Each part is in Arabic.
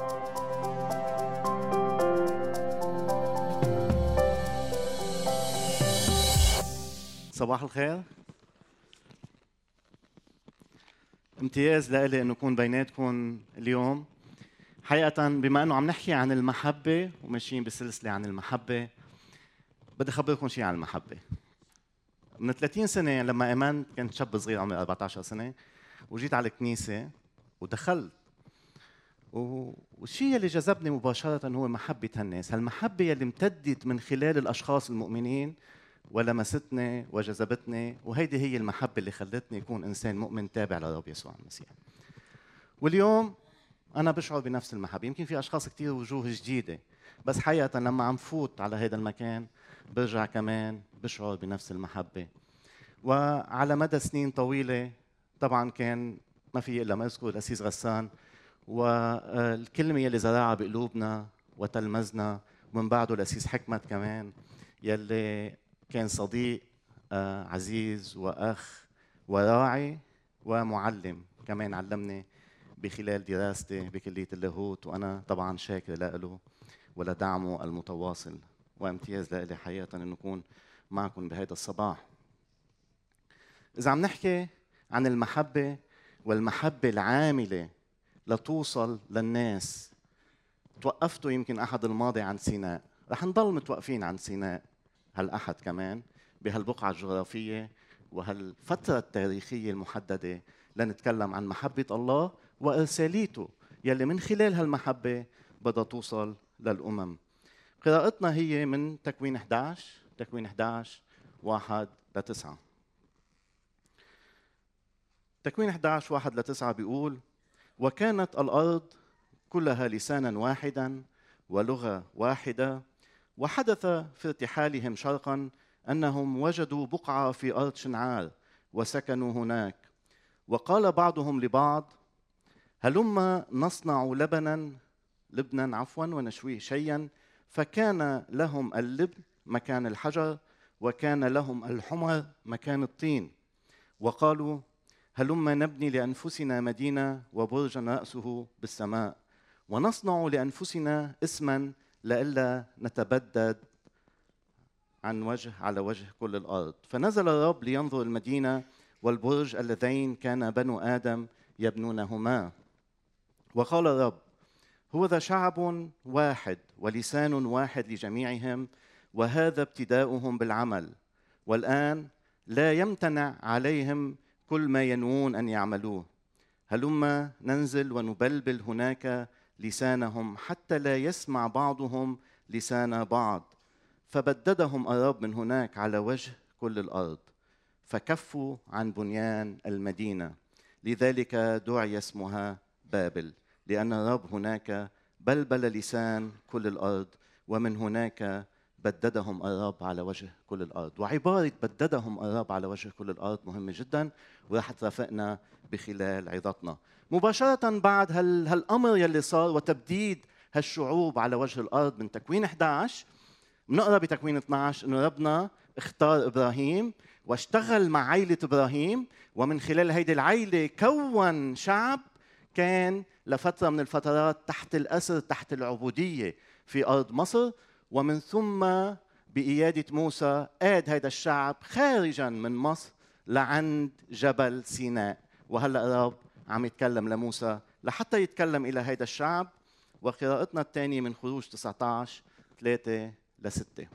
صباح الخير. امتياز لإلي انه اكون بيناتكم اليوم. حقيقة بما انه عم نحكي عن المحبة وماشيين بسلسلة عن المحبة، بدي اخبركم شيء عن المحبة. من 30 سنة لما امنت كنت شاب صغير عمري 14 سنة، وجيت على الكنيسة ودخلت، والشيء اللي جذبني مباشرة هو محبة الناس، هالمحبة اللي امتدت من خلال الاشخاص المؤمنين ولمستني وجذبتني، وهيدي هي المحبة اللي خلتني أكون إنسان مؤمن تابع للرب يسوع المسيح. واليوم أنا بشعر بنفس المحبة. يمكن في أشخاص كتير وجوه جديدة، بس حقيقة لما عم فوت على هذا المكان برجع كمان بشعر بنفس المحبة. وعلى مدى سنين طويلة طبعا كان ما في إلا ما أذكر الأسيس غسان والكلمة اللي زرعها بقلوبنا وتلمذنا، ومن بعده الأسيس حكمت كمان يلي كان صديق عزيز وأخ وراعي ومعلم، كمان علمني بخلال دراستي بكلية اللاهوت، وأنا طبعا شاكر له ولدعمه المتواصل. وامتياز لي حقيقة أن نكون معكم بهذا الصباح. إذا عم نحكي عن المحبة والمحبة العاملة لتوصل للناس، توقفتوا يمكن أحد الماضي عن سيناء، رح نضل متوقفين عن سيناء هالأحد كمان بهالبقعة الجغرافية وهالفترة التاريخية المحددة لنتكلم عن محبة الله وإرساليته يلي من خلال هالمحبة بدها توصل للأمم. قراءتنا هي من تكوين 11 1-9. تكوين 11 1-9 بيقول: وكانت الأرض كلها لسانا واحدا ولغة واحدة، وحدث في ارتحالهم شرقا أنهم وجدوا بقعة في أرض شنعار وسكنوا هناك. وقال بعضهم لبعض: هلما نصنع لبنا ونشويه شيئا. فكان لهم اللبن مكان الحجر، وكان لهم الحمر مكان الطين. وقالوا: هلما نبني لأنفسنا مدينة وبرجا رأسه بالسماء، ونصنع لأنفسنا اسما لئلا نتبدد على وجه كل الأرض. فنزل الرب لينظر المدينة والبرج اللذين كان بنو آدم يبنونهما. وقال الرب: هوذا شعب واحد ولسان واحد لجميعهم، وهذا ابتداؤهم بالعمل، والآن لا يمتنع عليهم كل ما ينوون أن يعملوه. هلما ننزل ونبلبل هناك لسانهم حتى لا يسمع بعضهم لسان بعض. فبددهم الرب من هناك على وجه كل الأرض، فكفوا عن بنيان المدينة. لذلك دعي اسمها بابل، لأن الرب هناك بلبل لسان كل الأرض، ومن هناك بددهم الرب على وجه كل الأرض. وعبارة بددهم الرب على وجه كل الأرض مهمة جدا، وراح ترافقنا بخلال عظتنا. مباشرة بعد هالأمر يلي صار وتبديد هالشعوب على وجه الأرض من تكوين 11، بنقرأ بتكوين 12 إنه ربنا اختار إبراهيم واشتغل مع عائلة إبراهيم، ومن خلال هيدي العائلة كون شعب كان لفترة من الفترات تحت الأسر، تحت العبودية في أرض مصر. ومن ثم بإيادة موسى آد هيدا الشعب خارجا من مصر لعند جبل سيناء. وهلأ الرب عم يتكلم لموسى لحتى يتكلم إلى هيدا الشعب. وقراءتنا الثانية من خروج 19 3-6.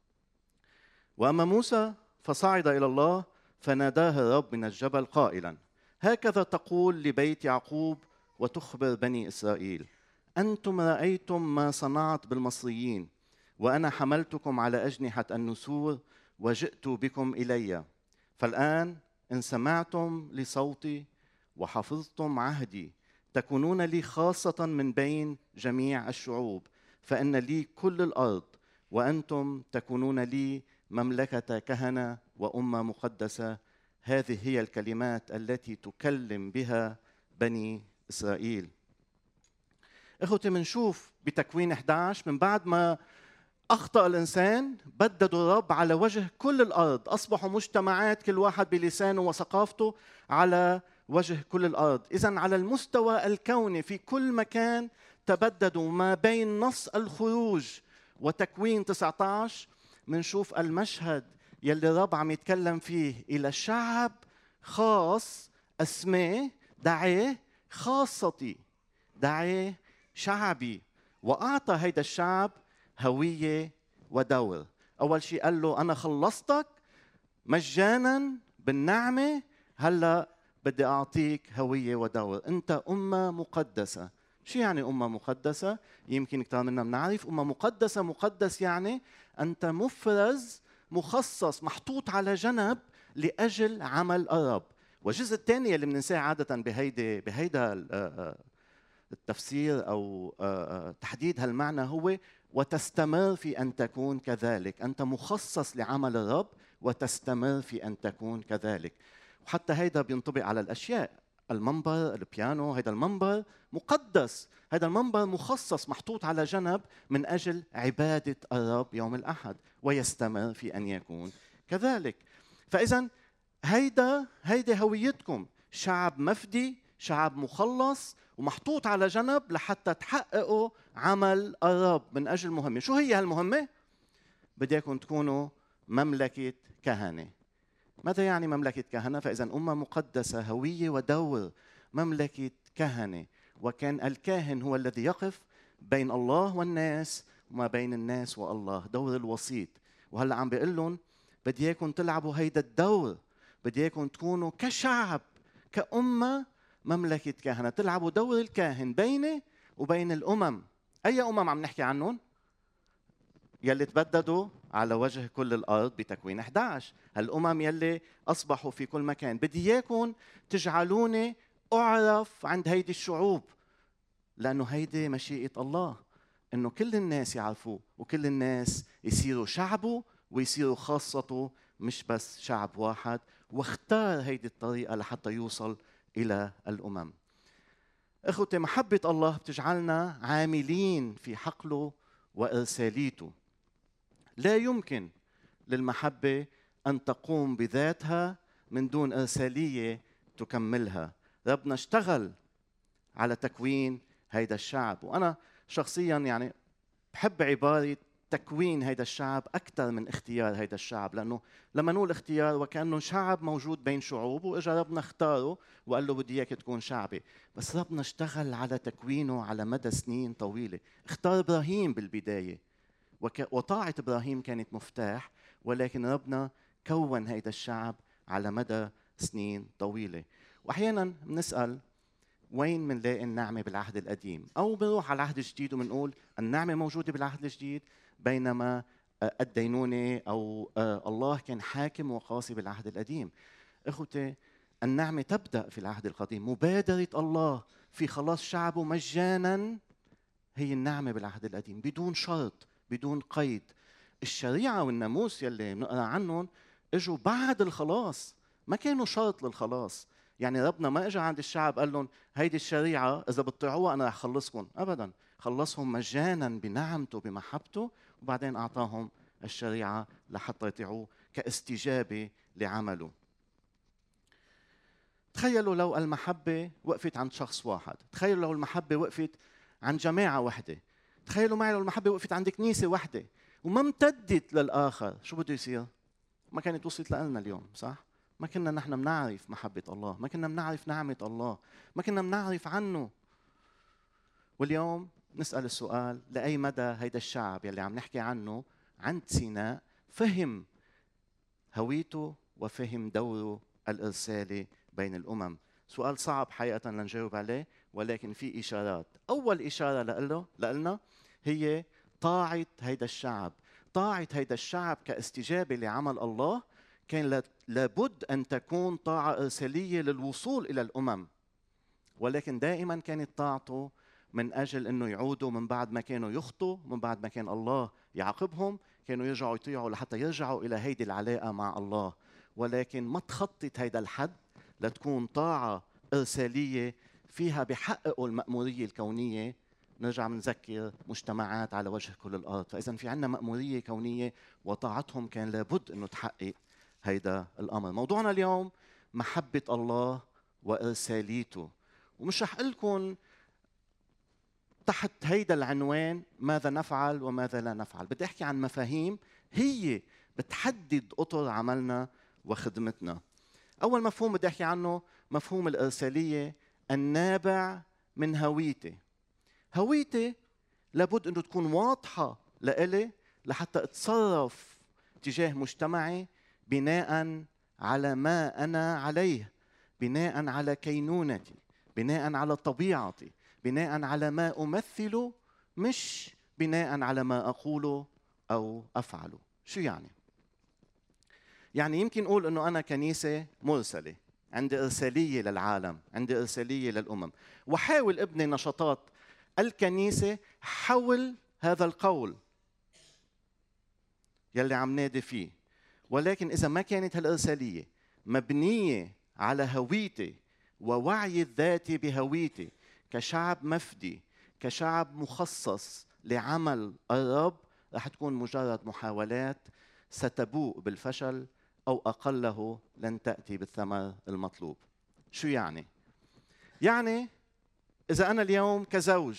وأما موسى فصعد إلى الله، فناداه الرب من الجبل قائلا: هكذا تقول لبيت يعقوب وتخبر بني إسرائيل: أنتم رأيتم ما صنعت بالمصريين، وأنا حملتكم على أجنحة النسور وجئت بكم إلي. فالآن إن سمعتم لصوتي وحفظتم عهدي، تكونون لي خاصة من بين جميع الشعوب، فإن لي كل الأرض، وأنتم تكونون لي مملكة كهنة وأمة مقدسة. هذه هي الكلمات التي تكلم بها بني إسرائيل. إخوتي، منشوف بتكوين 11 من بعد ما أخطأ الإنسان بددوا الرب على وجه كل الأرض، أصبحوا مجتمعات كل واحد بلسانه وثقافته على وجه كل الأرض. إذن على المستوى الكوني في كل مكان تبددوا ما بين نص الخروج وتكوين 19. منشوف المشهد يلي الرب عم يتكلم فيه إلى شعب خاص اسمه دعيه خاصتي، دعيه شعبي، وأعطى هيدا الشعب هوية ودور. أول شيء قال له أنا خلصتك مجانا بالنعمة، هلأ بدي أعطيك هوية ودور. أنت أمة مقدسة. شو يعني أمة مقدسة؟ يمكن كتير منا بنعرف أمة مقدسة. مقدس يعني أنت مفرز، مخصص، محطوط على جنب لأجل عمل الرب. والجزء الثاني اللي بننساه عادة بهيدا التفسير أو تحديد هالمعنى هو وتستمر في أن تكون كذلك. أنت مخصص لعمل الرب وتستمر في أن تكون كذلك. وحتى هيدا بينطبق على الأشياء. المنبر، البيانو، هيدا المنبر مقدس، هيدا المنبر مخصص، محطوط على جنب من أجل عبادة الرب يوم الأحد، ويستمر في أن يكون كذلك. فإذا هيدا هويتكم، شعب مفدي، شعب مخلص ومحطوط على جنب لحتى تحققوا عمل الرب من أجل مهمة. شو هي هالمهمة؟ بديكم تكونوا مملكة كهنة. ماذا يعني مملكة كهنة؟ فإذا أمة مقدسة، هوية ودور، مملكة كهنة. وكان الكاهن هو الذي يقف بين الله والناس وما بين الناس والله، دور الوسيط. وهلأ عم بيقول لهم بدي اياكم تلعبوا هيدا الدور، بدي اياكم تكونوا كشعب، كأمة مملكة كهنة، تلعبوا دور الكاهن بيني وبين الأمم. أي أمم عم نحكي عنهم؟ يلي تبددوا على وجه كل الأرض بتكوين 11. هالأمم يلي أصبحوا في كل مكان. بدي إياكم تجعلوني أعرف عند هيدي الشعوب، لأنه هيدي مشيئة الله، إنه كل الناس يعرفوه وكل الناس يصيروا شعبه ويصيروا خاصته، مش بس شعب واحد. واختار هيدي الطريقة لحتى يوصل إلى الأمم. إخوتي، محبة الله بتجعلنا عاملين في حقله وإرساليته. لا يمكن للمحبة أن تقوم بذاتها من دون إرسالية تكملها. ربنا اشتغل على تكوين هيدا الشعب، وأنا شخصياً يعني بحب عبارة تكوين هيدا الشعب أكثر من اختيار هيدا الشعب، لأنه لما نقول اختيار وكأنه شعب موجود بين شعوب وإجا ربنا اختاره وقال له بدي إياك تكون شعبي. بس ربنا اشتغل على تكوينه على مدى سنين طويلة. اختار إبراهيم بالبداية، وطاعة إبراهيم كانت مفتاح، ولكن ربنا كون هيدا الشعب على مدى سنين طويلة. وأحياناً بنسأل وين منلاقي النعمة بالعهد القديم؟ أو بنروح على العهد الجديد وبنقول النعمة موجودة بالعهد الجديد، بينما الدينونة أو الله كان حاكم وقاسي بالعهد القديم. إخوتي، النعمة تبدأ في العهد القديم. مبادرة الله في خلاص شعبه مجاناً هي النعمة بالعهد القديم، بدون شرط، بدون قيد. الشريعة والناموس يلي بنقرا عنهم اجوا بعد الخلاص، ما كانوا شرط للخلاص. يعني ربنا ما اجى عند الشعب قال لهم هيدي الشريعة إذا بتطيعوها أنا رح خلصكم، أبداً. خلصهم مجاناً بنعمته بمحبته، وبعدين أعطاهم الشريعة لحتى يطيعوه كاستجابة لعمله. تخيلوا لو المحبة وقفت عند شخص واحد، تخيلوا لو المحبة وقفت عند جماعة واحدة، تخيلوا معي لو المحبة وقفت عند كنيسة واحدة وما امتدت للآخر، شو بده يصير؟ ما كانت وصلت لنا اليوم، صح؟ ما كنا نحن بنعرف محبة الله، ما كنا بنعرف نعمة الله، ما كنا بنعرف عنه. واليوم نسأل السؤال، لأي مدى هيدا الشعب يلي عم نحكي عنه عند سيناء فهم هويته وفهم دوره الإرسالي بين الأمم؟ سؤال صعب حقيقة لنجاوب عليه، ولكن في إشارات. أول إشارة لنا هي طاعة هيدا الشعب. طاعة هيدا الشعب كاستجابة لعمل الله كان لابد أن تكون طاعة إرسالية للوصول إلى الأمم، ولكن دائما كانت طاعته من أجل أنه يعودوا من بعد ما كانوا يخطوا، من بعد ما كان الله يعاقبهم، كانوا يرجعوا يطيعوا لحتى يرجعوا إلى هيدي العلاقة مع الله. ولكن ما تخطت هيدا الحد لتكون طاعة إرسالية فيها بحققوا المأمورية الكونية. نرجع نذكر مجتمعات على وجه كل الأرض، فإذا في عنا مأمورية كونية وطاعتهم كان لابد أنه تحقق هيدا الأمر. موضوعنا اليوم محبة الله وإرساليته. ومش رح أقول لكم تحت هيدا العنوان ماذا نفعل وماذا لا نفعل، بدي أحكي عن مفاهيم هي بتحدد أطر عملنا وخدمتنا. أول مفهوم بدي أحكي عنه مفهوم الإرسالية النابع من هويتي. هويتي لابد أنه تكون واضحة لإلي لحتى أتصرف تجاه مجتمعي بناء على ما أنا عليه، بناء على كينونتي، بناء على طبيعتي، بناء على ما أمثله، مش بناء على ما أقوله أو أفعله. شو يعني؟ يعني يمكن أقول أنه أنا كنيسة مرسلة، عندي إرسالية للعالم، عندي إرسالية للأمم، وحاول ابني نشاطات الكنيسة حول هذا القول يلي عم نادي فيه. ولكن إذا ما كانت هالإرسالية مبنية على هويتي ووعي الذاتي بهويتي كشعب مفدي، كشعب مخصص لعمل الرب، رح تكون مجرد محاولات ستبوء بالفشل أو أقله لن تأتي بالثمر المطلوب. شو يعني؟ يعني إذا أنا اليوم كزوج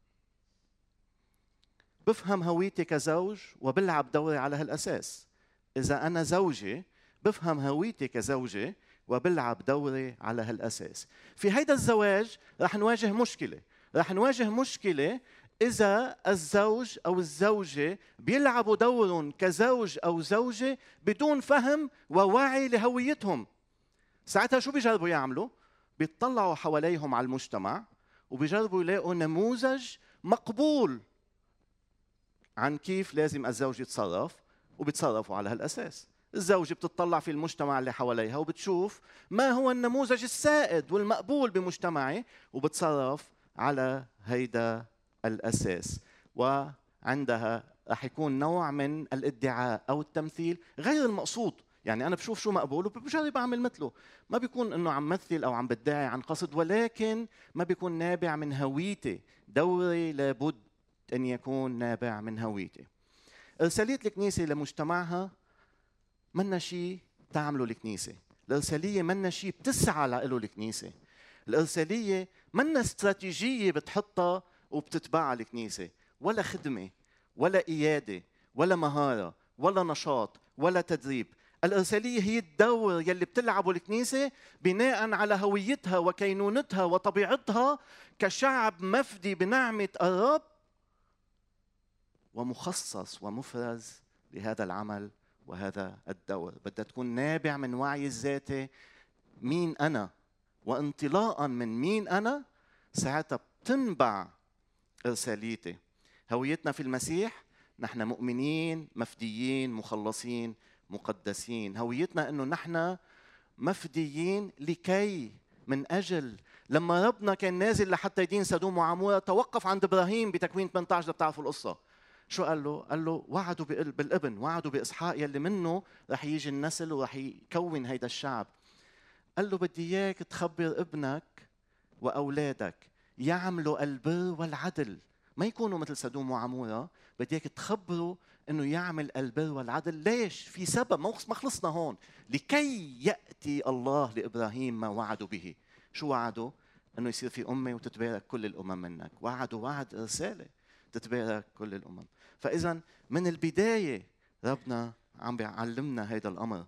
بفهم هويتي كزوج وبلعب دوري على هالأساس، إذا أنا زوجة بفهم هويتي كزوجة وبلعب دوري على هالأساس. في هيدا الزواج رح نواجه مشكلة، رح نواجه مشكلة إذا الزوج أو الزوجة بيلعبوا دورهم كزوج أو زوجة بدون فهم ووعي لهويتهم. ساعتها شو بيجربوا يعملوا؟ بيطلعوا حواليهم على المجتمع وبيجربوا يلاقوا نموذج مقبول عن كيف لازم الزوج يتصرف، وبيتصرفوا على هالأساس. الزوجة بتطلع في المجتمع اللي حواليها وبتشوف ما هو النموذج السائد والمقبول بمجتمعي وبتصرف على هيدا الأساس. وعندها رح يكون نوع من الادعاء أو التمثيل غير المقصود. يعني أنا بشوف شو مقبول وبجرب أعمل مثله، ما بيكون إنه عم مثل أو عم بدعي عن قصد، ولكن ما بيكون نابع من هويتي. دوري لابد أن يكون نابع من هويتي. إرسالية الكنيسة لمجتمعها منا شيء تعمله الكنيسة، الإرسالية منا شيء بتسعى له الكنيسة، الإرسالية منا استراتيجية بتحطها وبتتبعها الكنيسة، ولا خدمة ولا إيادة ولا مهارة ولا نشاط ولا تدريب. الإرسالية هي الدور يلي بتلعبه الكنيسة بناء على هويتها وكينونتها وطبيعتها كشعب مفدي بنعمة الرب ومخصص ومفرز لهذا العمل وهذا الدور. بدها تكون نابع من وعي الذاتي، مين أنا، وانطلاقا من مين أنا ساعتها بتنبع إرساليتي. هويتنا في المسيح نحن مؤمنين مفديين مخلصين مقدسين. هويتنا أنه نحن مفديين لكي من أجل لما ربنا كان نازل لحتى يدين سدوم وعمورة توقف عند إبراهيم بتكوين 18. بتعرفوا القصة شو قال له؟ قال له وعدوا بالابن، وعدوا بإسحاق يلي منه رح يجي النسل ورح يكون هيدا الشعب. قال له بدي إياك تخبر ابنك وأولادك يعملوا البر والعدل، ما يكونوا مثل سدوم وعمورة. بدي إياك تخبروا إنه يعمل البر والعدل. ليش؟ في سبب، ما خلصنا هون. لكي يأتي الله لإبراهيم ما وعدوا به. شو وعدوا؟ إنه يصير في أمة وتتبارك كل الأمم منك. وعدوا وعد رسالة تتبارك كل الأمم. فإذا من البداية ربنا عم بيعلمنا هيدا الأمر.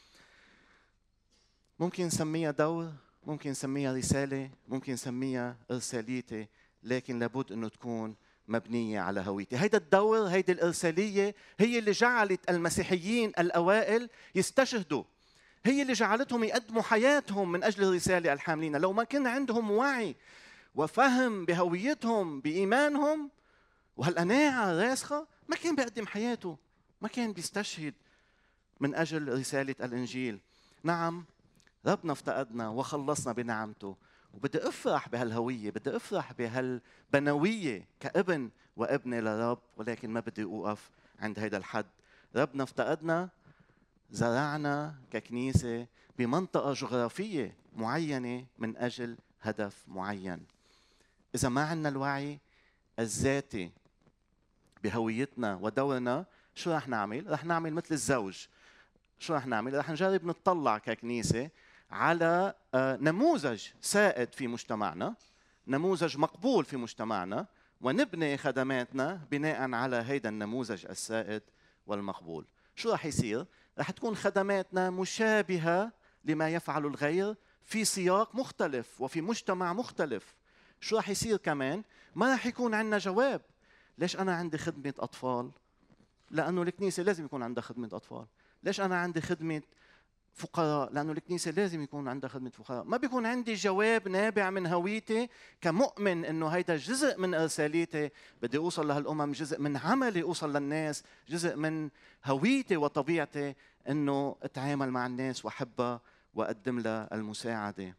ممكن نسميها دور، ممكن نسميها رسالة، ممكن نسميها إرساليتي، لكن لابد أنه تكون مبنية على هويتي. هيدا الدور، هيدا الإرسالية هي اللي جعلت المسيحيين الأوائل يستشهدوا، هي اللي جعلتهم يقدموا حياتهم من أجل الرسالة الحاملين. لو ما كان عندهم وعي وفهم بهويتهم بإيمانهم وهالقناعة الراسخة ما كان بيقدم حياته، ما كان بيستشهد من أجل رسالة الإنجيل. نعم ربنا افتقدنا وخلصنا بنعمته، وبدي أفرح بهالهوية، بدي أفرح بهالبنوية كابن وابنة للرب، ولكن ما بدي أوقف عند هذا الحد. ربنا افتقدنا، زرعنا ككنيسة بمنطقة جغرافية معينة من أجل هدف معين. إذا ما عندنا الوعي الذاتي بهويتنا ودورنا، شو رح نعمل؟ رح نعمل مثل الزوج. شو رح نعمل؟ رح نجرب نتطلع ككنيسة على نموذج سائد في مجتمعنا، نموذج مقبول في مجتمعنا، ونبني خدماتنا بناء على هيدا النموذج السائد والمقبول. شو رح يصير؟ رح تكون خدماتنا مشابهة لما يفعل الغير في سياق مختلف وفي مجتمع مختلف. شو رح يصير كمان؟ ما رح يكون عندنا جواب. ليش أنا عندي خدمة أطفال؟ لأنه الكنيسة لازم يكون عندها خدمة أطفال. ليش أنا عندي خدمة فقراء؟ لأنه الكنيسة لازم يكون عندها خدمة فقراء. ما بيكون عندي جواب نابع من هويتي كمؤمن إنه هيدا جزء من إرساليتي، بدي أوصل لهالأمم، جزء من عملي أوصل للناس، جزء من هويتي وطبيعتي إنه أتعامل مع الناس وأحبها وأقدم لها المساعدة.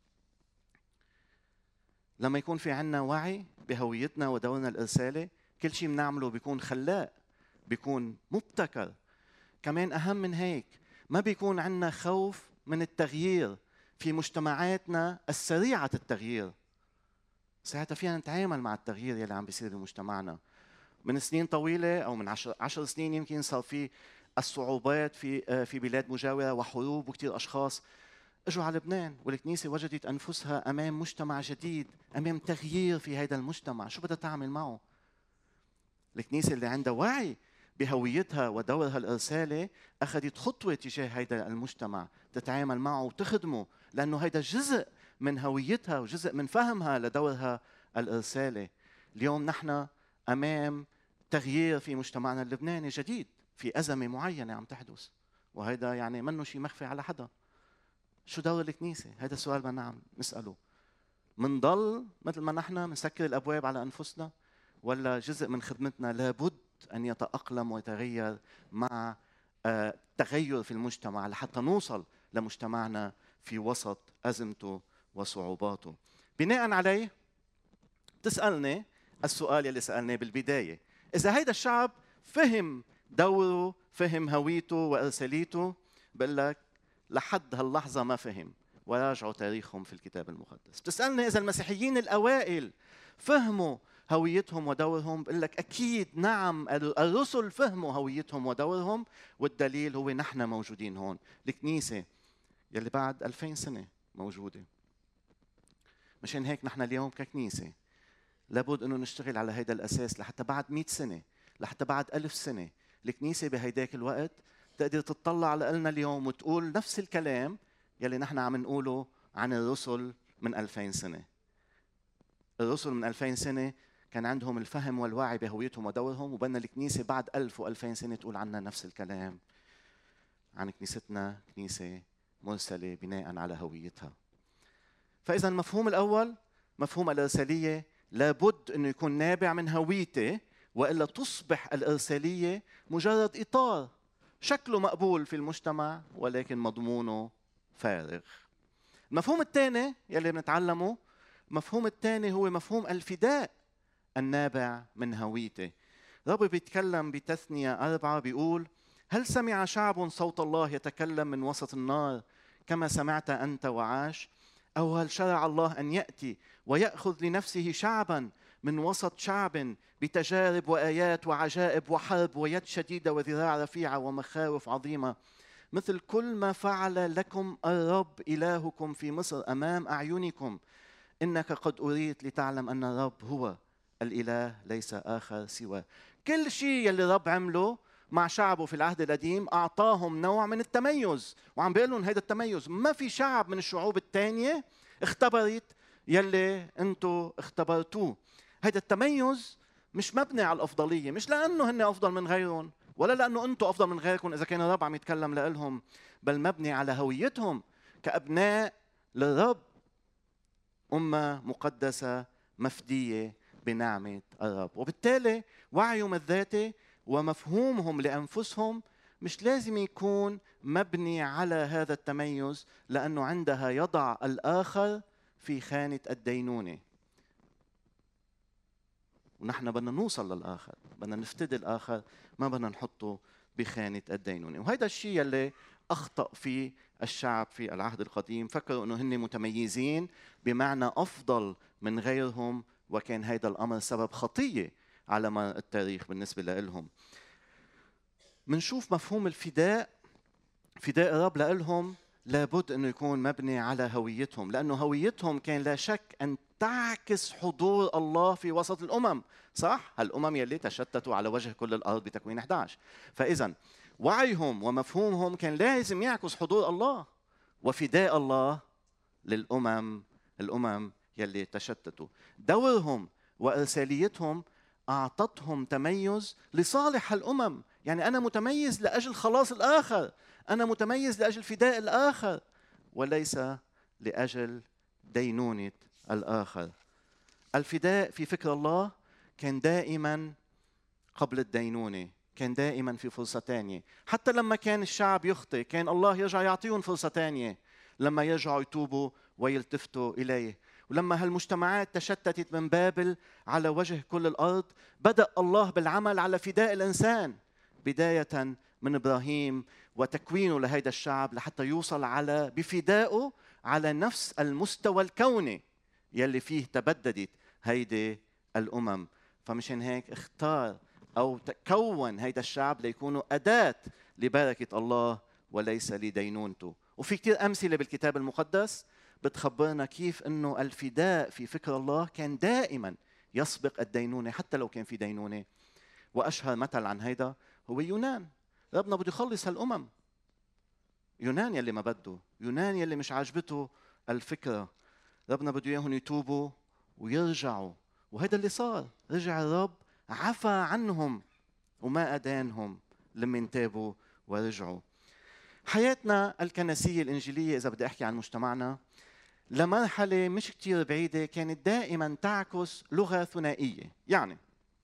لما يكون في عنا وعي بهويتنا ودورنا الإرسالي، كل شيء بنعمله بيكون خلاق، بيكون مبتكر. كمان أهم من هيك، ما بيكون عندنا خوف من التغيير في مجتمعاتنا السريعة التغيير. ساعتها فينا نتعامل مع التغيير يلي عم بيصير بمجتمعنا. من سنين طويلة أو من 10 سنين يمكن صار في الصعوبات في بلاد مجاورة وحروب، وكثير أشخاص اجوا على لبنان، والكنيسة وجدت أنفسها أمام مجتمع جديد، أمام تغيير في هذا المجتمع. شو بدها تعمل معه؟ الكنيسة اللي عندها وعي بهويتها ودورها الإرسالي أخذت خطوة تجاه هذا المجتمع تتعامل معه وتخدمه، لأنه هذا جزء من هويتها وجزء من فهمها لدورها الإرسالي. اليوم نحن أمام تغيير في مجتمعنا اللبناني جديد، في أزمة معينة عم تحدث، وهذا يعني منه شيء مخفي على حدا. شو دور الكنيسة؟ هذا السؤال بدنا عم نسأله. منضل مثل ما نحن منسكر الأبواب على أنفسنا، ولا جزء من خدمتنا لابد أن يتأقلم ويتغير مع تغير في المجتمع لحتى نوصل لمجتمعنا في وسط أزمته وصعوباته؟ بناء عليه تسألني السؤال يلي سألناه بالبداية: إذا هيدا الشعب فهم دوره، فهم هويته وإرساليته، بقول لك لحد هاللحظة ما فهم، وراجعوا تاريخهم في الكتاب المقدس. بتسألني إذا المسيحيين الأوائل فهموا هويتهم ودورهم، بقول لك أكيد نعم، الرسل فهموا هويتهم ودورهم، والدليل هو نحن موجودين هون، الكنيسة يلي بعد 2000 سنة موجودة. مشان هيك نحن اليوم ككنيسة لابد أنه نشتغل على هذا الأساس لحتى بعد 100 سنة، لحتى بعد 1000 سنة، الكنيسة بهيداك الوقت تقدر تطلع على قلنا اليوم وتقول نفس الكلام يلي نحن عم نقوله عن الرسل من 2000 سنة. الرسل من 2000 سنة كان عندهم الفهم والوعي بهويتهم ودورهم، وبدنا الكنيسة بعد 1000 و2000 سنة تقول عنا نفس الكلام عن كنيستنا، كنيسة مرسلة بناء على هويتها. فإذا المفهوم الأول، مفهوم الإرسالية، لابد أنه يكون نابع من هويتي، وإلا تصبح الإرسالية مجرد إطار شكله مقبول في المجتمع ولكن مضمونه فارغ. المفهوم الثاني يلي بنتعلمه، المفهوم الثاني هو مفهوم الفداء النابع من هويتي. رب بيتكلم بتثنية 4 بيقول: هل سمع شعب صوت الله يتكلم من وسط النار كما سمعت أنت وعاش؟ أو هل شرع الله أن يأتي ويأخذ لنفسه شعبا من وسط شعب بتجارب وآيات وعجائب وحرب ويد شديدة وذراع رفيعة ومخاوف عظيمة، مثل كل ما فعل لكم الرب إلهكم في مصر أمام أعينكم؟ إنك قد أريت لتعلم أن الرب هو الإله ليس آخر سواه. كل شيء يلي الرب عمله مع شعبه في العهد القديم أعطاهم نوع من التميز، وعم بيقول لهم هذا التميز ما في شعب من الشعوب الثانية اختبرت يلي أنتم اختبرتوه. هذا التميز مش مبني على الأفضلية، مش لأنه هن أفضل من غيرهم ولا لأنه أنتم أفضل من غيركم إذا كان الرب عم يتكلم لهم، بل مبني على هويتهم كأبناء للرب، أمة مقدسة مفدية بنعمة الرب. وبالتالي وعيهم الذاتي ومفهومهم لأنفسهم مش لازم يكون مبني على هذا التميز، لأنه عندها يضع الآخر في خانة الدينونة. ونحن بدنا نوصل للآخر، بدنا نفتدي الآخر، ما بدنا نحطه بخانة الدينونة. وهذا الشيء اللي أخطأ فيه الشعب في العهد القديم، فكروا أنه هن متميزين بمعنى أفضل من غيرهم، وكان هذا الأمر سبب خطية على مر التاريخ بالنسبة لهم. منشوف مفهوم الفداء، فداء الرب لهم لابد أنه يكون مبني على هويتهم، لأنه هويتهم كان لا شك أن تعكس حضور الله في وسط الأمم. صح؟ هالأمم يلي تشتتوا على وجه كل الأرض بتكوين 11. فإذا وعيهم ومفهومهم كان لازم يعكس حضور الله وفداء الله الأمم يلي تشتتوا. دورهم وإرساليتهم أعطتهم تميز لصالح الأمم. يعني أنا متميز لأجل خلاص الآخر، أنا متميز لأجل فداء الآخر، وليس لأجل دينونة الآخر. الفداء في فكر الله كان دائما قبل الدينونة، كان دائما في فرصة تانية. حتى لما كان الشعب يخطئ كان الله يرجع يعطيهم فرصة تانية لما يرجعوا يتوبوا ويلتفتوا إليه. ولما هالمجتمعات تشتتت من بابل على وجه كل الأرض، بدأ الله بالعمل على فداء الإنسان، بداية من إبراهيم وتكوينه لهيدا الشعب لحتى يوصل على بفدائه على نفس المستوى الكوني يلي فيه تبددت هيدي الأمم. فمشان هيك اختار أو تكون هيدا الشعب ليكونوا أداة لبركة الله وليس لدينونته. وفي كتير أمثلة بالكتاب المقدس بتخبرنا كيف أنه الفداء في فكر الله كان دائما يسبق الدينونة حتى لو كان في دينونة. وأشهر مثل عن هيدا هو يونان. ربنا بده يخلص هالأمم. يونان يلي ما بده، يونان يلي مش عاجبته الفكرة، ربنا بده إياهم يتوبوا ويرجعوا. وهذا اللي صار، رجع الرب عفى عنهم وما أدانهم لمن تابوا ورجعوا. حياتنا الكنسية الإنجيلية إذا بدي أحكي عن مجتمعنا لمرحلة مش كتير بعيدة كانت دائما تعكس لغة ثنائية. يعني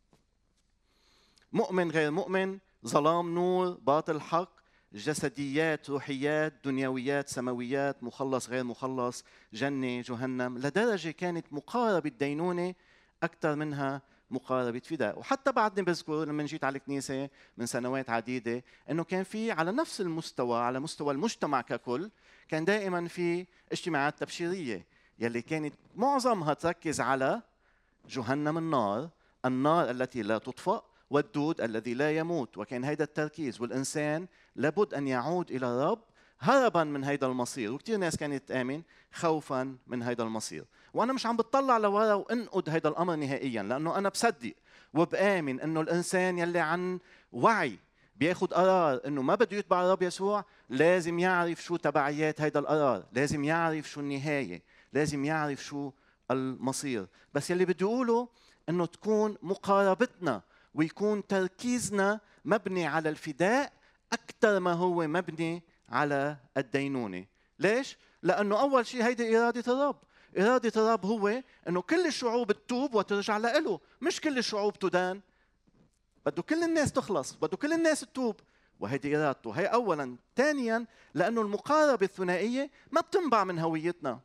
مؤمن غير مؤمن، ظلام نور، باطل حق، جسديات روحيات، دنيويات سماويات، مخلص غير مخلص، جنة جهنم، لدرجة كانت مقاربة دينونة أكثر منها مقاربة فداء. وحتى بعدني بذكر لما جيت على الكنيسة من سنوات عديدة أنه كان في على نفس المستوى، على مستوى المجتمع ككل، كان دائما في اجتماعات تبشيرية يلي كانت معظمها تركز على جهنم النار التي لا تطفأ، والدود الذي لا يموت. وكان هيدا التركيز، والإنسان لابد أن يعود إلى الرب هربا من هيدا المصير. وكثير ناس كانت تآمن خوفا من هيدا المصير. وأنا مش عم بتطلع لورا وانقد هيدا الأمر نهائيا، لأنه أنا بصدق وبآمن أنه الإنسان يلي عن وعي بياخد قرار أنه ما بده يتبع الرب يسوع لازم يعرف شو تبعيات هيدا القرار، لازم يعرف شو النهاية، لازم يعرف شو المصير. بس يلي بدي أقوله أنه تكون مقاربتنا ويكون تركيزنا مبني على الفداء أكثر ما هو مبني على الدينونة. ليش؟ لأنه أول شيء هيدي إرادة الرب. إرادة الرب هو أنه كل الشعوب تتوب وترجع له، مش كل الشعوب تدان. بده كل الناس تخلص، بده كل الناس تتوب، وهيدي إرادته. هي أولا. ثانيا لأنه المقاربة الثنائية ما بتنبع من هويتنا،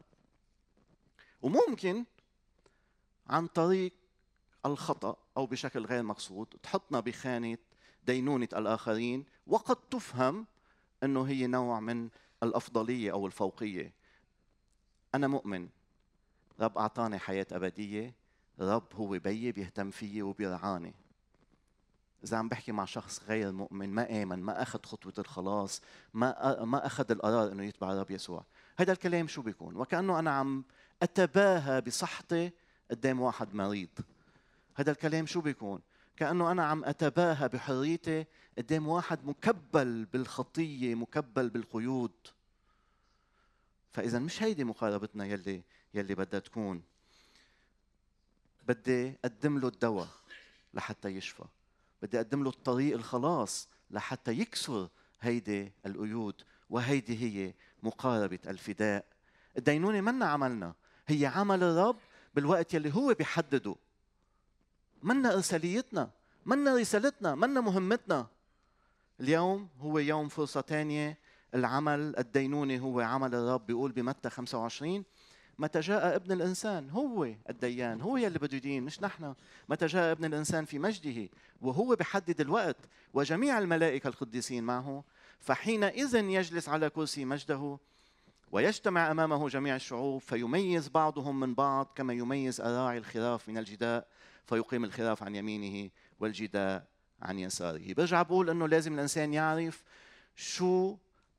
وممكن عن طريق الخطأ أو بشكل غير مقصود تحطنا بخانة دينونة الآخرين، وقد تفهم أنه هي نوع من الأفضلية أو الفوقية. أنا مؤمن، رب أعطاني حياة أبدية، رب هو بيي بيهتم فيي وبيرعاني. إذا عم بحكي مع شخص غير مؤمن ما آمن، ما أخذ خطوة الخلاص، ما أخذ القرار إنه يتبع الرب يسوع، هذا الكلام شو بيكون؟ وكأنه أنا عم أتباهى بصحتي قدام واحد مريض. هذا الكلام شو بيكون؟ كأنه أنا عم أتباهى بحريتي قدام واحد مكبل بالخطية، مكبل بالقيود. فإذا مش هيدي مقاربتنا يلي بدها تكون. بدي أقدم له الدواء لحتى يشفى، بدي أقدم له الطريق الخلاص لحتى يكسر هيدي القيود. وهيدي هي مقاربة الفداء. الدينونة منا عملنا، هي عمل الرب بالوقت يلي هو بيحدده. منا إرساليتنا، منا رسالتنا، منا مهمتنا. اليوم هو يوم فرصة تانية. العمل الدينوني هو عمل الرب. بيقول بمتى 25 متى جاء ابن الإنسان، هو الديان، هو يلي بده يدين مش نحن. متى جاء ابن الإنسان في مجده وهو بيحدد الوقت، وجميع الملائكة القديسين معه، فحينئذ يجلس على كرسي مجده ويجتمع أمامه جميع الشعوب، فيميز بعضهم من بعض كما يميز الراعي الخراف من الجداء، فيقيم الخراف عن يمينه والجداء عن يساره. برجع بقول إنه لازم الإنسان يعرف شو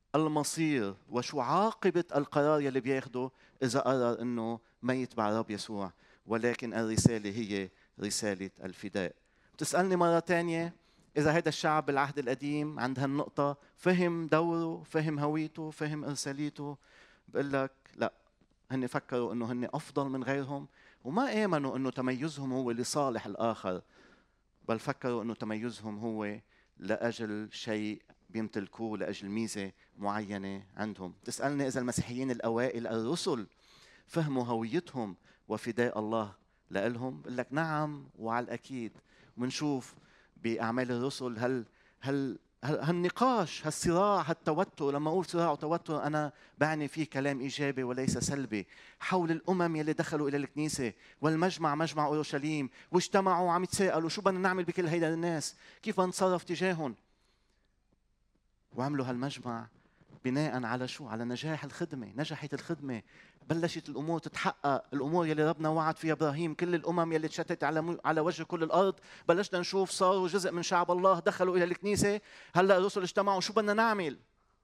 المصير وشو عاقبة القرار يلي بياخده إذا قرر إنه ما يتبع الرب يسوع، ولكن الرسالة هي رسالة الفداء. بتسألني مرة تانية إذا هذا الشعب بالعهد القديم عند هالنقطة فهم دوره، فهم هويته، فهم إرساليته؟ بقول لك لا، هن فكروا إنه هن أفضل من غيرهم، وما آمنوا إنه تميزهم هو لصالح الآخر، بل فكروا إنه تميزهم هو لأجل شيء بيمتلكوه، لأجل ميزة معينة عندهم. تسألني إذا المسيحيين الأوائل الرسل فهموا هويتهم وفداء الله لإلهم؟ بقول لك نعم وعلى الأكيد. ومنشوف بأعمال الرسل هالنقاش، هالصراع، هالتوتر. لما أقول صراع وتوتر أنا بعني فيه كلام إيجابي وليس سلبي، حول الأمم يلي دخلوا إلى الكنيسة والمجمع، مجمع أورشليم، واجتمعوا وعم يتساءلوا شو بدنا نعمل بكل هيدا الناس، كيف نتصرف تجاههم. وعملوا هالمجمع بناء على شو؟ على نجاح الخدمة. نجحت الخدمة، بلشت الأمور تتحقق، الأمور يلي ربنا وعد فيها إبراهيم، كل الأمم يلي تشتت على وجه كل الأرض بلشنا نشوف صاروا جزء من شعب الله، دخلوا إلى الكنيسة. هلأ الرسل اجتمعوا، شو بدنا نعمل؟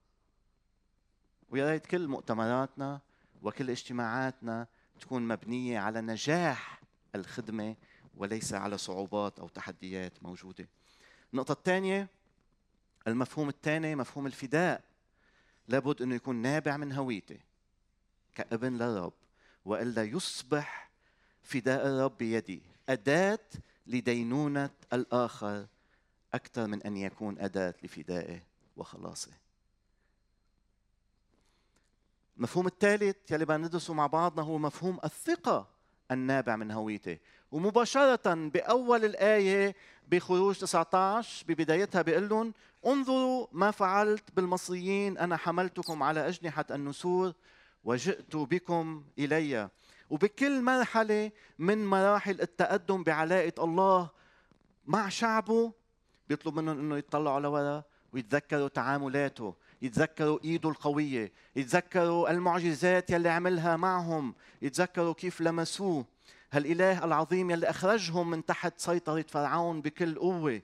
ويا ريت كل مؤتمراتنا وكل اجتماعاتنا تكون مبنية على نجاح الخدمة وليس على صعوبات أو تحديات موجودة. النقطة الثانية، المفهوم الثاني، مفهوم الفداء، لابد أنه يكون نابع من هويته كابن للرب، وإلا يصبح فداء الرب بيدي أداة لدينونة الآخر أكثر من أن يكون أداة لفدائه وخلاصه. المفهوم الثالث يلي بدنا ندرسه مع بعضنا هو مفهوم الثقة النابع من هويته. ومباشرة بأول الآية بخروج 19 ببدايتها بيقول لهم انظروا ما فعلت بالمصريين، أنا حملتكم على أجنحة النسور وجئت بكم إلي. وبكل مرحلة من مراحل التقدم بعلاقة الله مع شعبه بيطلب منهم انه يتطلعوا لورا ويتذكروا تعاملاته، يتذكروا ايده القويه، يتذكروا المعجزات يلي عملها معهم، يتذكروا كيف لمسوه، هالاله العظيم يلي اخرجهم من تحت سيطره فرعون بكل قوه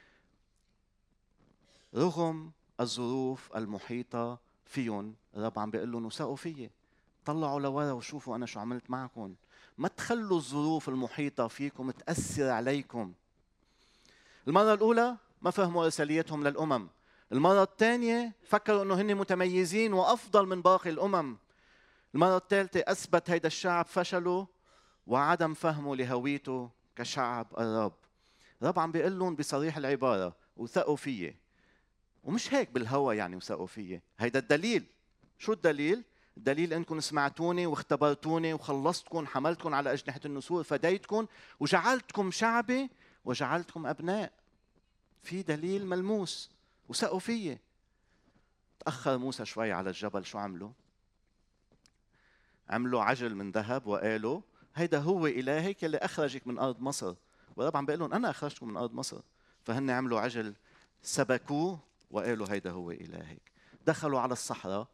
رغم الظروف المحيطه فيهم. الرب عم بيقول لهم وثقوا فيي، طلعوا لورا وشوفوا انا شو عملت معكم. ما تخلوا الظروف المحيطه فيكم تاثر عليكم. المرة الأولى ما فهموا إرساليتهم للأمم. المرة الثانية فكروا أنه هن متميزين وأفضل من باقي الأمم. المرة الثالثة أثبت هيدا الشعب فشله وعدم فهمه لهويته كشعب الرب. الرب عم بيقول لهم بصريح العبارة وثقوا فيي، ومش هيك بالهوى يعني وثقوا فيي. هيدا الدليل. شو الدليل؟ الدليل انكم سمعتوني واختبرتوني وخلصتكم، حملتكم على أجنحة النسور، فديتكم وجعلتكم شعبي وجعلتكم أبناء. في دليل ملموس وثقوا فيي. تأخر موسى شوي على الجبل، شو عملوا؟ عملوا عجل من ذهب وقالوا هيدا هو إلهك اللي أخرجك من أرض مصر. والرب عم بيقول لهم أنا أخرجتكم من أرض مصر. فهن عملوا عجل، سبكوه وقالوا هيدا هو إلهك. دخلوا على الصحراء،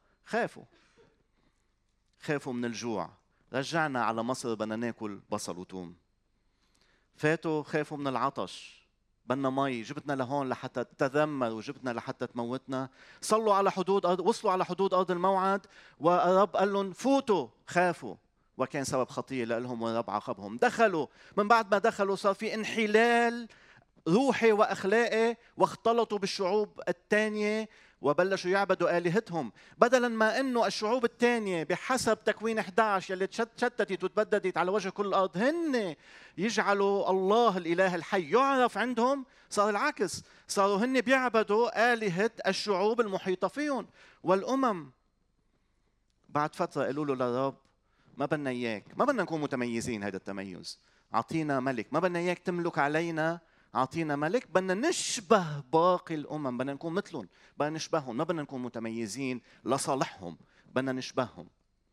خافوا من الجوع. رجعنا على مصر بدنا ناكل بصل وثوم. فاتوا خافوا من العطش، بدنا مي، جبتنا لهون لحتى تذمر وجبتنا لحتى تموتنا. صلوا على حدود أرض، وصلوا على حدود أرض الموعد والرب قال لهم فوتوا، خافوا وكان سبب خطية لهم والرب عاقبهم. دخلوا، من بعد ما دخلوا صار في انحلال روحي وأخلاقي واختلطوا بالشعوب الثانية وبلشوا يعبدوا آلهتهم. بدلاً ما أنه الشعوب الثانية بحسب تكوين 11 يلي تشتتت وتبددت على وجه كل الأرض هن يجعلوا الله الإله الحي يعرف عندهم، صار العكس. صاروا هن بيعبدوا آلهة الشعوب المحيطة فيهم والأمم. بعد فترة قالوا له للرب ما بدنا إياك، ما بدنا نكون متميزين، هذا التميز أعطينا ملك، ما بدنا إياك تملك علينا، أعطينا ملك، بدنا نشبه باقي الأمم، بدنا نكون مثلهم، بدنا نشبههم، ما بدنا نكون متميزين لصالحهم، بدنا نشبههم.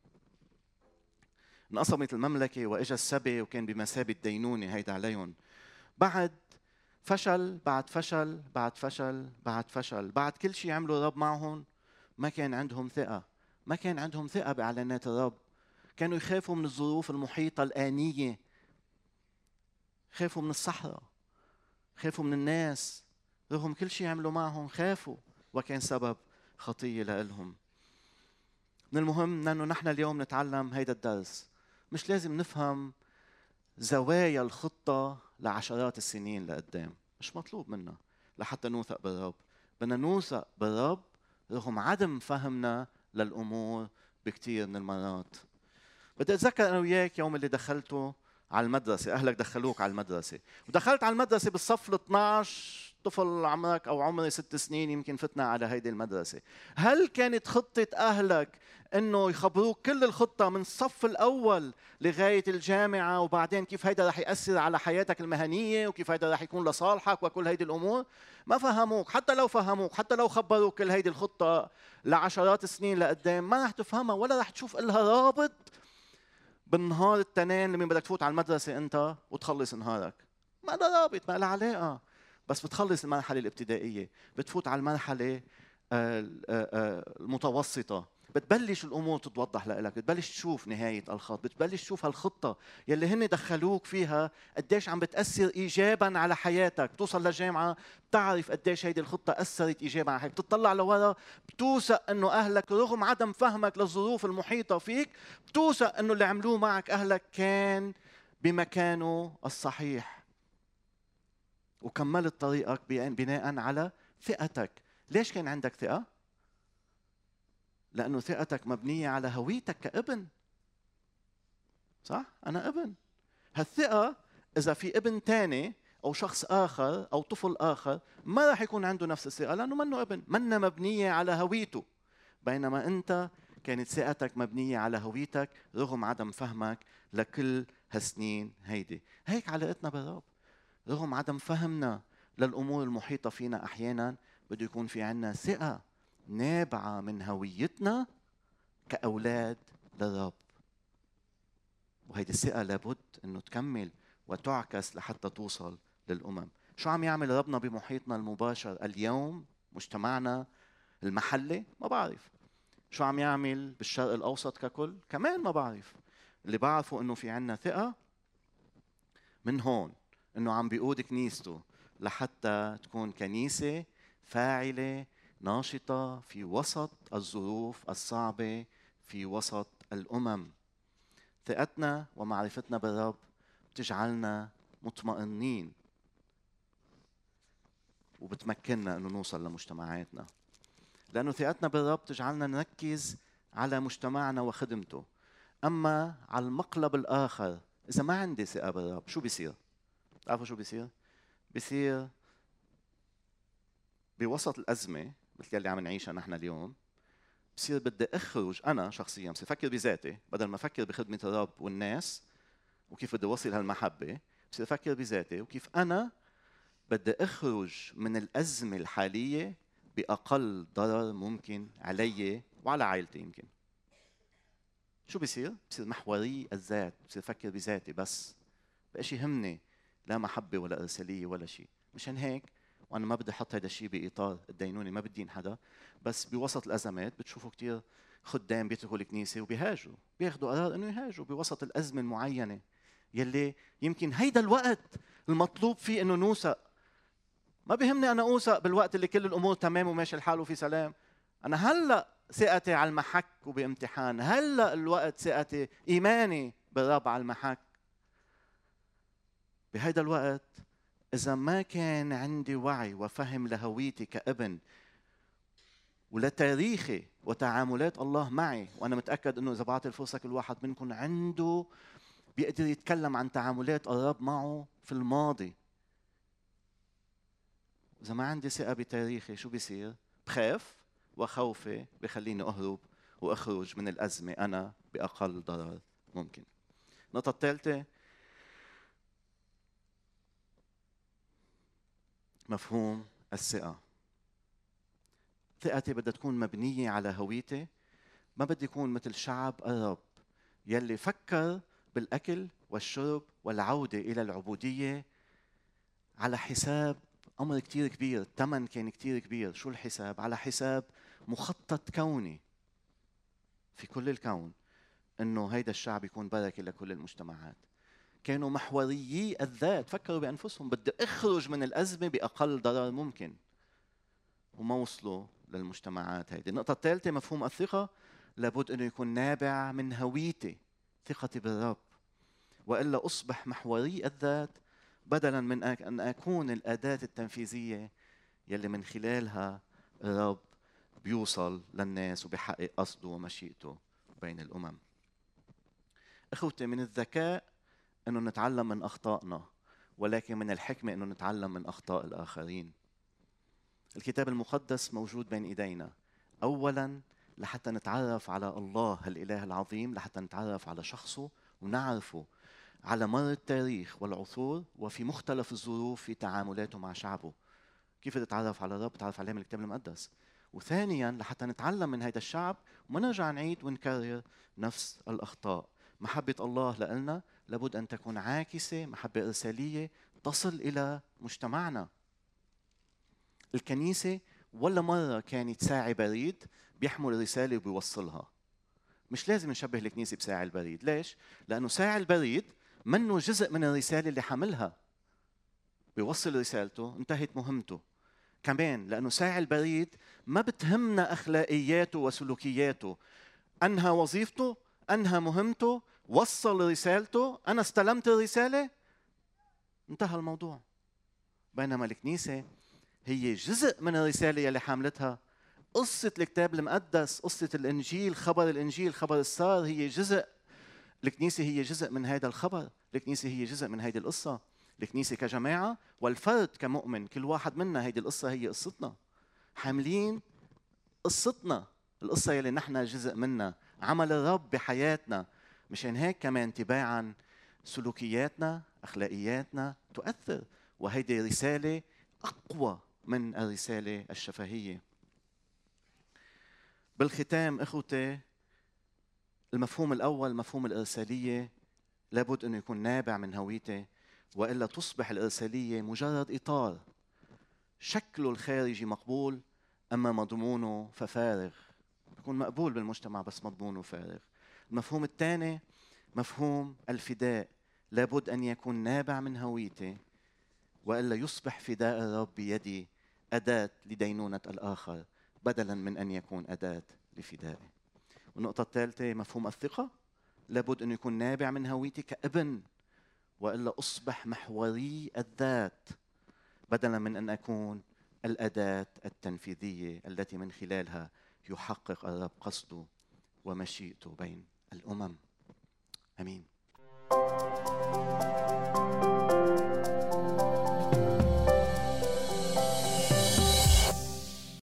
انقسمت المملكة وإجا السبي وكان بمثابة دينونة هيدا عليهم. بعد فشل بعد فشل بعد فشل بعد فشل، بعد كل شيء عملوا الرب معهم ما كان عندهم ثقة، ما كان عندهم ثقة بإعلانات الرب. كانوا يخافوا من الظروف المحيطة الآنية، خافوا من الصحراء، خافوا من الناس، رغم كل شيء عملوا معهم خافوا وكان سبب خطية لإلهم. من المهم أنه نحن اليوم نتعلم هيدا الدرس. مش لازم نفهم زوايا الخطة لعشرات السنين لقدام، مش مطلوب منا لحتى نوثق بالرب. بدنا نوثق بالرب رغم عدم فهمنا للأمور بكتير من المرات. بدي أتذكر أنا وياك يوم اللي دخلته على المدرسة، أهلك دخلوك على المدرسة، ودخلت على المدرسة بالصف ال 12، طفل عمرك أو عمري 6 سنين يمكن فتنا على هيدي المدرسة. هل كانت خطة أهلك إنه يخبروك كل الخطة من الصف الأول لغاية الجامعة، وبعدين كيف هيدا رح يأثر على حياتك المهنية وكيف هيدا رح يكون لصالحك وكل هيدي الأمور؟ ما فهموك. حتى لو فهموك، حتى لو خبروك كل هيدي الخطة لعشرات السنين لقدام، ما رح تفهمها ولا رح تشوف إلها رابط بالنهار التنين لما بدك تفوت على المدرسة أنت وتخلص نهارك. ما لها رابط، ما لها علاقة. بس بتخلص المرحلة الابتدائية، بتفوت على المرحلة المتوسطة، بتبلش الأمور تتوضح لك، بتبلش تشوف نهاية الخط، بتبلش تشوف هالخطة يلي هن دخلوك فيها قديش عم بتأثر إيجاباً على حياتك. بتوصل للجامعة بتعرف قديش هيدي الخطة أثرت إيجاباً على حياتك، بتطلع لورا بتوثق إنه أهلك رغم عدم فهمك للظروف المحيطة فيك، بتوثق إنه اللي عملوه معك أهلك كان بمكانه الصحيح، وكملت طريقك بناء على ثقتك. ليش كان عندك ثقة؟ لأنه ثقتك مبنية على هويتك كابن. صح؟ أنا ابن. هالثقة إذا في ابن تاني أو شخص آخر أو طفل آخر ما راح يكون عنده نفس الثقة، لأنه منه ابن، منا مبنية على هويته. بينما أنت كانت ثقتك مبنية على هويتك رغم عدم فهمك لكل هالسنين هيدي. هيك علاقتنا بالرب، رغم عدم فهمنا للأمور المحيطة فينا أحيانا بده يكون في عنا ثقة نابعة من هويتنا كأولاد للرب. وهيدي الثقة لابد أنه تكمل وتعكس لحتى توصل للأمم. شو عم يعمل ربنا بمحيطنا المباشر اليوم، مجتمعنا المحلي؟ ما بعرف. شو عم يعمل بالشرق الأوسط ككل؟ كمان ما بعرف. اللي بعرفه أنه في عنا ثقة من هون أنه عم بيقود كنيسته لحتى تكون كنيسة فاعلة ناشطة في وسط الظروف الصعبة، في وسط الأمم. ثقتنا ومعرفتنا بالرب بتجعلنا مطمئنين وبتمكننا أنه نوصل لمجتمعاتنا، لأنه ثقتنا بالرب تجعلنا نركز على مجتمعنا وخدمته. أما على المقلب الآخر، إذا ما عندي ثقة بالرب شو بيصير؟ تعرفوا شو بيصير؟ بيصير بوسط الأزمة مثل اللي عم نعيشها نحن اليوم، بصير بدي أخرج أنا شخصياً، بصير أفكر بذاتي بدل ما أفكر بخدمة الرب والناس وكيف بدي أوصل هالمحبة. بصير أفكر بذاتي وكيف أنا بدي أخرج من الأزمة الحالية بأقل ضرر ممكن علي وعلى عائلتي. يمكن شو بيصير؟ بصير محوري الذات، بصير أفكر بذاتي بس، بقاش يهمني لا محبة ولا إرسالية ولا شيء. مشان هيك وأنا ما بدي أحط هذا الشيء بإطار الدينوني، ما بدين حدا، بس بوسط الأزمات بتشوفوا كتير خدام بيتركوا الكنيسة وبيهاجروا، بياخذوا قرار إنه يهاجروا بوسط الأزمة المعينة يلي يمكن هيدا الوقت المطلوب فيه إنه نوثق. ما بيهمني أنا أوثق بالوقت اللي كل الأمور تمام وماشي الحال وفي سلام. أنا هلأ ثقتي على المحك وبامتحان، هلأ الوقت ثقتي إيماني بالرب على المحك. بهيدا الوقت إذا ما كان عندي وعي وفهم لهويتي كابن ولتاريخي وتعاملات الله معي، وأنا متأكد إنه إذا بعطي الفرصة كل واحد منكم عنده بيقدر يتكلم عن تعاملات الرب معه في الماضي. إذا ما عندي ثقة بتاريخي شو بيصير؟ بخاف، وخوفي بخليني أهرب وأخرج من الأزمة أنا بأقل ضرر ممكن. النقطة الثالثة، مفهوم الثقة. ثقتي بدها تكون مبنية على هويتي، ما بدي يكون مثل شعب الرب يلي فكر بالأكل والشرب والعودة إلى العبودية على حساب أمر كتير كبير. الثمن كان كتير كبير. شو الحساب؟ على حساب مخطط كوني في كل الكون إنه هيدا الشعب يكون بركة لكل المجتمعات. كانوا محوريي الذات، فكروا بأنفسهم بدي أخرج من الأزمة بأقل ضرر ممكن، وما وصلوا للمجتمعات هيدي. النقطة الثالثة مفهوم الثقة، لابد أنه يكون نابع من هويتي، ثقتي بالرب، وإلا أصبح محوري الذات بدلا من أن أكون الأداة التنفيذية يلي من خلالها الرب بيوصل للناس وبيحقق قصده ومشيئته بين الأمم. إخوتي، من الذكاء أنه نتعلم من أخطائنا، ولكن من الحكمة أنه نتعلم من أخطاء الآخرين. الكتاب المقدس موجود بين إيدينا، أولاً لحتى نتعرف على الله الإله العظيم، لحتى نتعرف على شخصه ونعرفه على مر التاريخ والعصور وفي مختلف الظروف في تعاملاته مع شعبه. كيف تتعرف على الرب؟ تتعرف عليه من الكتاب المقدس. وثانياً لحتى نتعلم من هذا الشعب وما نرجع نعيد ونكرر نفس الأخطاء. محبة الله لنا لابد أن تكون عاكسة، محبة إرسالية تصل إلى مجتمعنا. الكنيسة ولا مرة كانت ساعي بريد بيحمل رسالة وبيوصلها. مش لازم نشبه الكنيسة بساعي البريد. ليش؟ لأنه ساعي البريد منه جزء من الرسالة اللي حملها، بيوصل رسالته، انتهت مهمته. كمان لأنه ساعي البريد ما بتهمنا أخلاقياته وسلوكياته، أنهى وظيفته، أنهى مهمته، وصل رسالته، أنا استلمت الرسالة، انتهى الموضوع. بينما الكنيسة هي جزء من الرسالة اللي حاملتها. قصة الكتاب المقدس، قصة الإنجيل، خبر الإنجيل، خبر السار، هي جزء. الكنيسة هي جزء من هذا الخبر، الكنيسة هي جزء من هذه القصة. الكنيسة كجماعة والفرد كمؤمن، كل واحد منا هذه القصة هي قصتنا، حاملين قصتنا، القصة يلي نحن جزء منها، عمل الرب بحياتنا. مشان هيك كمان تباعا سلوكياتنا، أخلاقياتنا تؤثر، وهيدي رسالة أقوى من الرسالة الشفهية. بالختام إخوتي، المفهوم الأول مفهوم الإرسالية لابد أنه يكون نابع من هويتي، وإلا تصبح الإرسالية مجرد إطار شكله الخارجي مقبول أما مضمونه ففارغ. يكون مقبول بالمجتمع بس مضمونه فارغ. المفهوم الثاني مفهوم الفداء، لابد أن يكون نابع من هويتي، وإلا يصبح فداء الرب بيدي أداة لدينونة الآخر بدلاً من أن يكون أداة لفدائه. والنقطة الثالثة مفهوم الثقة، لابد أن يكون نابع من هويتي كابن، وإلا أصبح محوري الذات بدلاً من أن أكون الأداة التنفيذية التي من خلالها يحقق الرب قصده ومشيئته بين الأمم. آمين.